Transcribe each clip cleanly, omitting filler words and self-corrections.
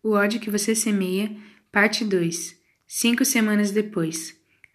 O ódio que você semeia, parte 2. 5 semanas depois.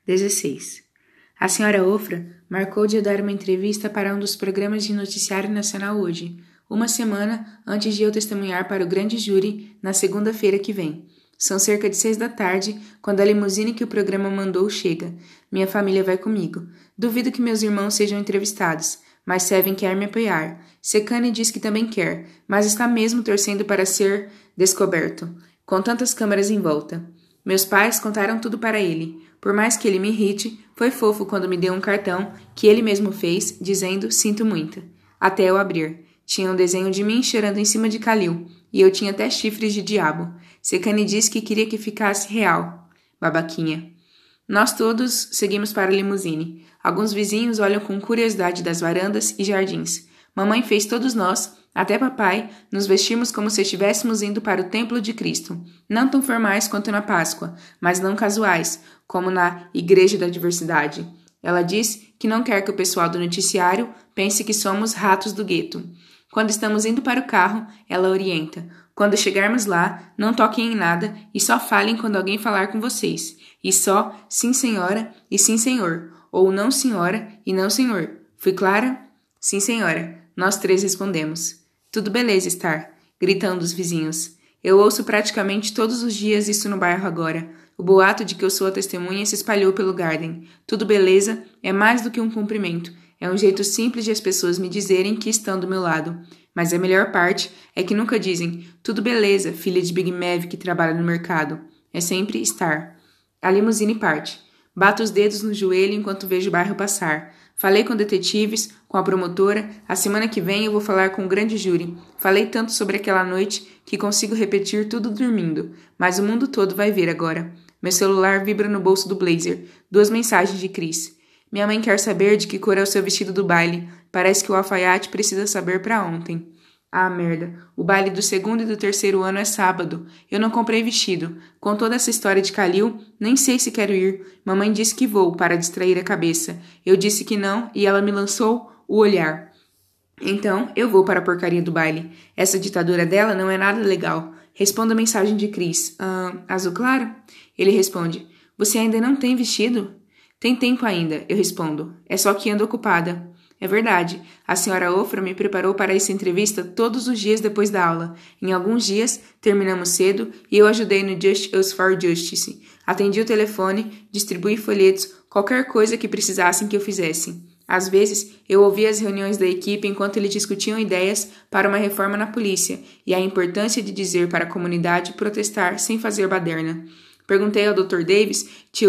16. A senhora Ofra marcou de dar uma entrevista para um dos programas de noticiário nacional hoje, uma semana antes de eu testemunhar para o grande júri na segunda-feira que vem. São cerca de 6 da tarde, quando a limusine que o programa mandou chega. Minha família vai comigo. Duvido que meus irmãos sejam entrevistados, mas Seven quer me apoiar. Sekane diz que também quer, mas está mesmo torcendo para ser descoberto, com tantas câmeras em volta. Meus pais contaram tudo para ele. Por mais que ele me irrite, foi fofo quando me deu um cartão que ele mesmo fez, dizendo sinto muito. Até eu abrir. Tinha um desenho de mim chorando em cima de Khalil, e eu tinha até chifres de diabo. Sekane disse que queria que ficasse real. Babaquinha. Nós todos seguimos para a limusine. Alguns vizinhos olham com curiosidade das varandas e jardins. Mamãe fez todos nós, até papai, nos vestirmos como se estivéssemos indo para o templo de Cristo. Não tão formais quanto na Páscoa, mas não casuais, como na Igreja da Diversidade. Ela diz que não quer que o pessoal do noticiário pense que somos ratos do gueto. Quando estamos indo para o carro, ela orienta. Quando chegarmos lá, não toquem em nada e só falem quando alguém falar com vocês. E só sim senhora e sim senhor, ou não senhora e não senhor. Fui clara? Sim senhora. Nós três respondemos. Tudo beleza, Star, gritando os vizinhos. Eu ouço praticamente todos os dias isso no bairro agora. O boato de que eu sou a testemunha se espalhou pelo Garden. Tudo beleza é mais do que um cumprimento. É um jeito simples de as pessoas me dizerem que estão do meu lado. Mas a melhor parte é que nunca dizem tudo beleza, filha de Big Mav que trabalha no mercado. É sempre Star. A limusine parte. Bato os dedos no joelho enquanto vejo o bairro passar. Falei com detetives, com a promotora. A semana que vem eu vou falar com o grande júri. Falei tanto sobre aquela noite que consigo repetir tudo dormindo. Mas o mundo todo vai ver agora. Meu celular vibra no bolso do blazer. 2 mensagens de Chris. Minha mãe quer saber de que cor é o seu vestido do baile. Parece que o alfaiate precisa saber pra ontem. Ah, merda. O baile do 2º e do 3º ano é sábado. Eu não comprei vestido. Com toda essa história de Khalil, nem sei se quero ir. Mamãe disse que vou, para distrair a cabeça. Eu disse que não, e ela me lançou o olhar. Então, eu vou para a porcaria do baile. Essa ditadura dela não é nada legal. Respondo a mensagem de Chris. Azul claro? Ele responde. Você ainda não tem vestido? Tem tempo ainda, eu respondo. É só que ando ocupada. É verdade. A senhora Ofra me preparou para essa entrevista todos os dias depois da aula. Em alguns dias, terminamos cedo e eu ajudei no Just Us for Justice. Atendi o telefone, distribuí folhetos, qualquer coisa que precisassem que eu fizesse. Às vezes, eu ouvia as reuniões da equipe enquanto eles discutiam ideias para uma reforma na polícia e a importância de dizer para a comunidade protestar sem fazer baderna. Perguntei ao Dr. Davis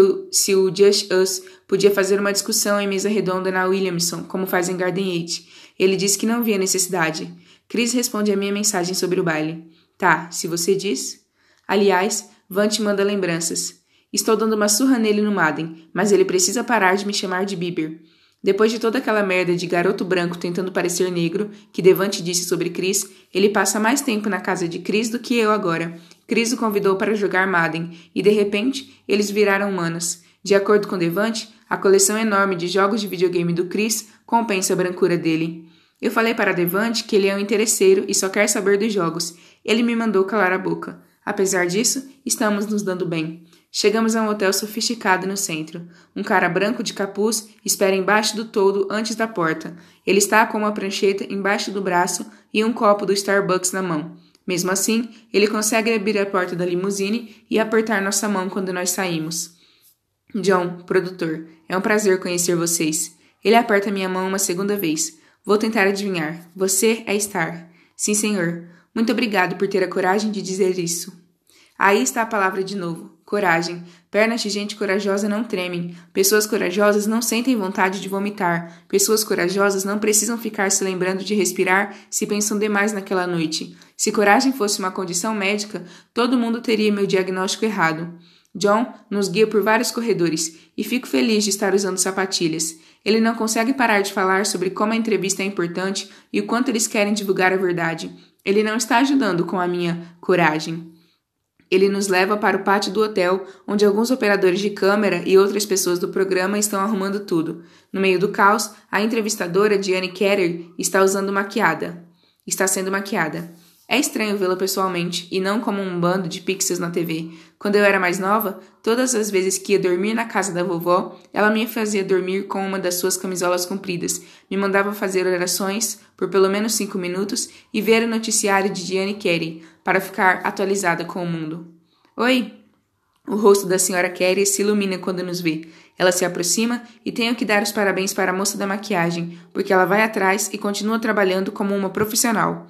se o Just Us podia fazer uma discussão em mesa redonda na Williamson, como faz em Garden 8. Ele disse que não via necessidade. Chris responde a minha mensagem sobre o baile. Tá, se você diz. Aliás, Vante manda lembranças. Estou dando uma surra nele no Madden, mas ele precisa parar de me chamar de Bieber. Depois de toda aquela merda de garoto branco tentando parecer negro, que Devante disse sobre Chris, ele passa mais tempo na casa de Chris do que eu agora. Chris o convidou para jogar Madden, e de repente, eles viraram humanos. De acordo com Devante, a coleção enorme de jogos de videogame do Chris compensa a brancura dele. Eu falei para Devante que ele é um interesseiro e só quer saber dos jogos. Ele me mandou calar a boca. Apesar disso, estamos nos dando bem. Chegamos a um hotel sofisticado no centro. Um cara branco de capuz espera embaixo do toldo antes da porta. Ele está com uma prancheta embaixo do braço e um copo do Starbucks na mão. Mesmo assim, ele consegue abrir a porta da limusine e apertar nossa mão quando nós saímos. John, produtor, é um prazer conhecer vocês. Ele aperta minha mão uma segunda vez. Vou tentar adivinhar. Você é Star. Sim, senhor. Muito obrigado por ter a coragem de dizer isso. Aí está a palavra de novo. Coragem. Pernas de gente corajosa não tremem. Pessoas corajosas não sentem vontade de vomitar. Pessoas corajosas não precisam ficar se lembrando de respirar se pensam demais naquela noite. Se coragem fosse uma condição médica, todo mundo teria meu diagnóstico errado. John nos guia por vários corredores e fico feliz de estar usando sapatilhas. Ele não consegue parar de falar sobre como a entrevista é importante e o quanto eles querem divulgar a verdade. Ele não está ajudando com a minha coragem. Ele nos leva para o pátio do hotel, onde alguns operadores de câmera e outras pessoas do programa estão arrumando tudo. No meio do caos, a entrevistadora Diane Ketter está sendo maquiada. É estranho vê-la pessoalmente, e não como um bando de pixels na TV. Quando eu era mais nova, todas as vezes que ia dormir na casa da vovó, ela me fazia dormir com uma das suas camisolas compridas, me mandava fazer orações por pelo menos 5 minutos e ver o noticiário de Diane Carey, para ficar atualizada com o mundo. Oi! O rosto da senhora Carey se ilumina quando nos vê. Ela se aproxima e tenho que dar os parabéns para a moça da maquiagem, porque ela vai atrás e continua trabalhando como uma profissional.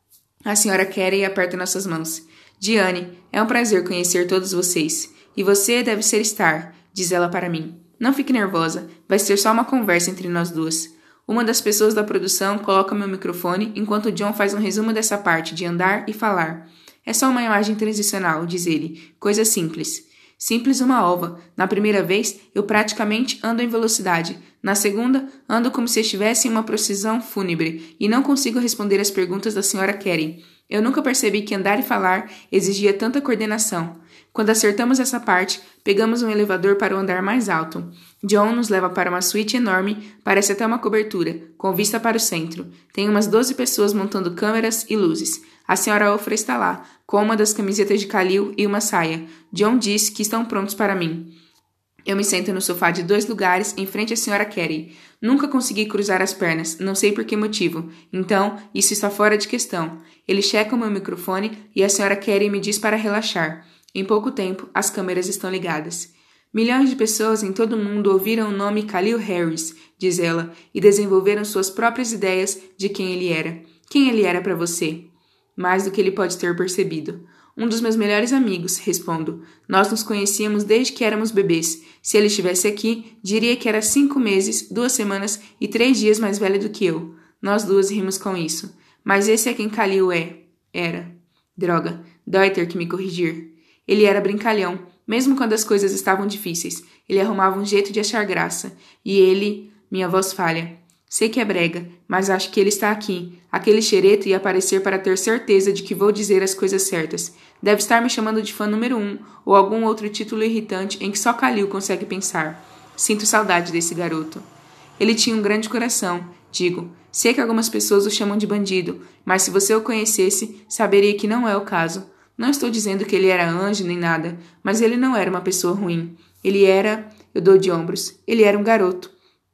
A senhora Carey aperta nossas mãos. Diane, é um prazer conhecer todos vocês. E você deve ser Star, diz ela para mim. Não fique nervosa, vai ser só uma conversa entre nós duas. Uma das pessoas da produção coloca meu microfone enquanto John faz um resumo dessa parte de andar e falar. É só uma imagem transicional, diz ele. Coisa simples. Simples uma ova. Na primeira vez, eu praticamente ando em velocidade. Na segunda, ando como se estivesse em uma procissão fúnebre e não consigo responder às perguntas da senhora Carey. Eu nunca percebi que andar e falar exigia tanta coordenação. Quando acertamos essa parte, pegamos um elevador para o andar mais alto. John nos leva para uma suíte enorme, parece até uma cobertura, com vista para o centro. Tem umas 12 pessoas montando câmeras e luzes. A senhora Ofra está lá, com uma das camisetas de Khalil e uma saia. John diz que estão prontos para mim. Eu me sento no sofá de 2 lugares em frente à senhora Carey. Nunca consegui cruzar as pernas, não sei por que motivo. Então, isso está fora de questão. Ele checa o meu microfone e a senhora Carey me diz para relaxar. Em pouco tempo, as câmeras estão ligadas. Milhões de pessoas em todo o mundo ouviram o nome Khalil Harris, diz ela, e desenvolveram suas próprias ideias de quem ele era. Quem ele era para você? Mais do que ele pode ter percebido. Um dos meus melhores amigos, respondo. Nós nos conhecíamos desde que éramos bebês. Se ele estivesse aqui, diria que era 5 meses, 2 semanas e 3 dias mais velho do que eu. Nós duas rimos com isso. Mas esse é quem Khalil era. Droga, dói ter que me corrigir. Ele era brincalhão, mesmo quando as coisas estavam difíceis. Ele arrumava um jeito de achar graça. E ele... Minha voz falha. Sei que é brega, mas acho que ele está aqui. Aquele xereto ia aparecer para ter certeza de que vou dizer as coisas certas. Deve estar me chamando de fã número 1, ou algum outro título irritante em que só Khalil consegue pensar. Sinto saudade desse garoto. Ele tinha um grande coração, digo. Sei que algumas pessoas o chamam de bandido, mas se você o conhecesse, saberia que não é o caso. Não estou dizendo que ele era anjo nem nada, mas ele não era uma pessoa ruim. Ele era... Eu dou de ombros. Ele era um garoto.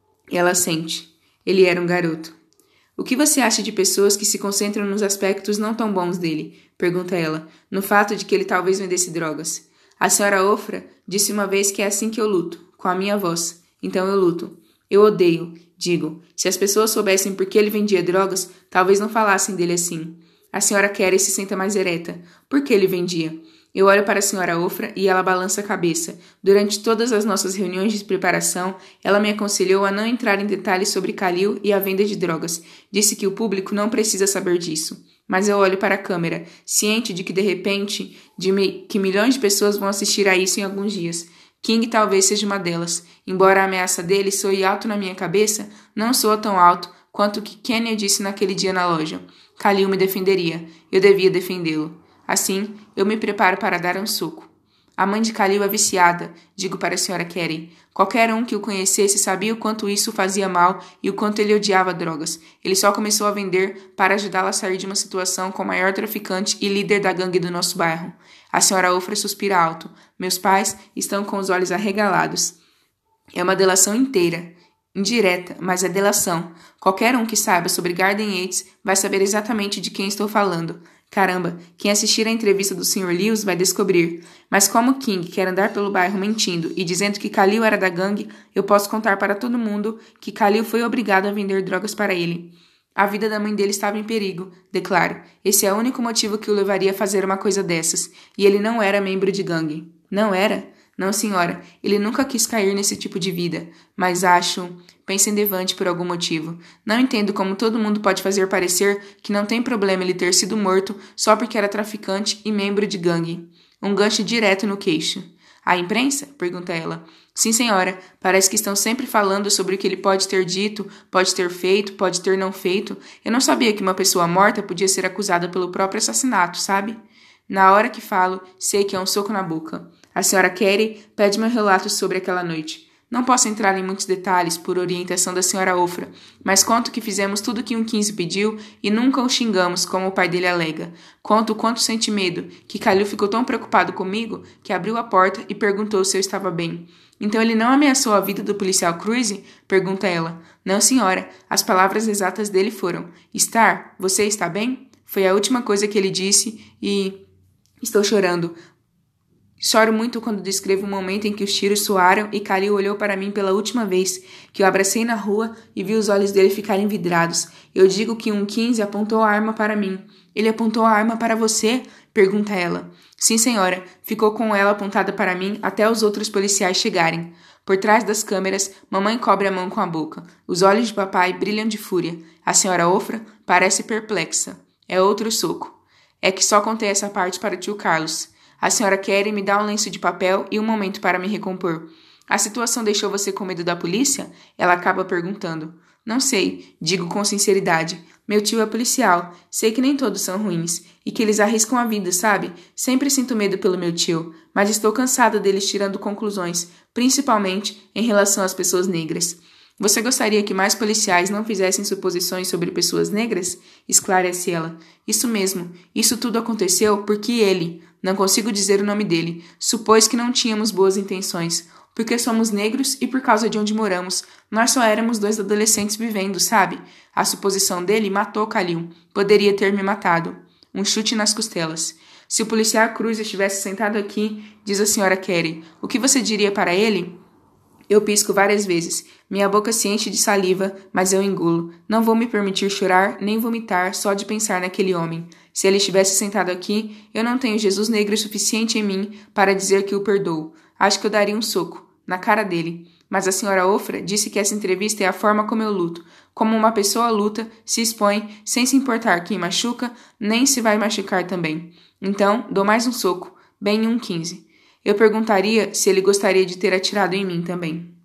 E ela sente. Ele era um garoto. O que você acha de pessoas que se concentram nos aspectos não tão bons dele? Pergunta ela, no fato de que ele talvez vendesse drogas. A senhora Ofra disse uma vez que é assim que eu luto, com a minha voz. Então eu luto. Eu odeio, digo. Se as pessoas soubessem por que ele vendia drogas, talvez não falassem dele assim. A senhora Carey se senta mais ereta. Por que ele vendia? Eu olho para a senhora Ofra e ela balança a cabeça. Durante todas as nossas reuniões de preparação, ela me aconselhou a não entrar em detalhes sobre Khalil e a venda de drogas. Disse que o público não precisa saber disso. Mas eu olho para a câmera, ciente de que, de repente, que milhões de pessoas vão assistir a isso em alguns dias. King talvez seja uma delas. Embora a ameaça dele soe alto na minha cabeça, não soa tão alto quanto o que Kenya disse naquele dia na loja. Khalil me defenderia. Eu devia defendê-lo. Assim, eu me preparo para dar um soco. A mãe de Khalil é viciada, digo para a senhora Carey. Qualquer um que o conhecesse sabia o quanto isso fazia mal e o quanto ele odiava drogas. Ele só começou a vender para ajudá-la a sair de uma situação com o maior traficante e líder da gangue do nosso bairro. A senhora Ofra suspira alto. Meus pais estão com os olhos arregalados. É uma delação inteira. Indireta, mas é delação. Qualquer um que saiba sobre Garden Yates vai saber exatamente de quem estou falando. Caramba, quem assistir a entrevista do Sr. Lewis vai descobrir. Mas como King quer andar pelo bairro mentindo e dizendo que Khalil era da gangue, eu posso contar para todo mundo que Khalil foi obrigado a vender drogas para ele. A vida da mãe dele estava em perigo, declaro. Esse é o único motivo que o levaria a fazer uma coisa dessas. E ele não era membro de gangue. Não era? Não, senhora. Ele nunca quis cair nesse tipo de vida. Mas acho... Pensa em Devante por algum motivo. Não entendo como todo mundo pode fazer parecer que não tem problema ele ter sido morto só porque era traficante e membro de gangue. Um gancho direto no queixo. A imprensa? Pergunta ela. Sim, senhora. Parece que estão sempre falando sobre o que ele pode ter dito, pode ter feito, pode ter não feito. Eu não sabia que uma pessoa morta podia ser acusada pelo próprio assassinato, sabe? Na hora que falo, sei que é um soco na boca. A senhora Carey pede meu relato sobre aquela noite. Não posso entrar em muitos detalhes por orientação da senhora Ofra, mas conto que fizemos tudo o que 15 pediu e nunca o xingamos, como o pai dele alega. Conto o quanto sente medo, que Calil ficou tão preocupado comigo que abriu a porta e perguntou se eu estava bem. Então ele não ameaçou a vida do policial Cruise? Pergunta ela. Não, senhora. As palavras exatas dele foram: Star, você está bem? Foi a última coisa que ele disse e... Estou chorando. Choro muito quando descrevo o momento em que os tiros soaram e Calil olhou para mim pela última vez, que eu abracei na rua e vi os olhos dele ficarem vidrados. Eu digo que 15 apontou a arma para mim. Ele apontou a arma para você? Pergunta ela. Sim, senhora. Ficou com ela apontada para mim até os outros policiais chegarem. Por trás das câmeras, mamãe cobre a mão com a boca. Os olhos de papai brilham de fúria. A senhora Ofra parece perplexa. É outro soco. É que só contei essa parte para o tio Carlos. A senhora Carey me dá um lenço de papel e um momento para me recompor. A situação deixou você com medo da polícia? Ela acaba perguntando. Não sei, digo com sinceridade. Meu tio é policial. Sei que nem todos são ruins. E que eles arriscam a vida, sabe? Sempre sinto medo pelo meu tio. Mas estou cansada deles tirando conclusões, principalmente em relação às pessoas negras. Você gostaria que mais policiais não fizessem suposições sobre pessoas negras? Esclarece ela. Isso mesmo. Isso tudo aconteceu porque ele, não consigo dizer o nome dele, supôs que não tínhamos boas intenções. Porque somos negros e por causa de onde moramos. Nós só éramos 2 adolescentes vivendo, sabe? A suposição dele matou Calil. Poderia ter me matado. Um chute nas costelas. Se o policial Cruz estivesse sentado aqui, diz a senhora Carey, o que você diria para ele? Eu pisco várias vezes. Minha boca se enche de saliva, mas eu engulo. Não vou me permitir chorar nem vomitar só de pensar naquele homem. Se ele estivesse sentado aqui, eu não tenho Jesus negro suficiente em mim para dizer que o perdoo. Acho que eu daria um soco na cara dele. Mas a senhora Ofra disse que essa entrevista é a forma como eu luto. Como uma pessoa luta, se expõe, sem se importar quem machuca, nem se vai machucar também. Então, dou mais um soco, bem em 15. Eu perguntaria se ele gostaria de ter atirado em mim também.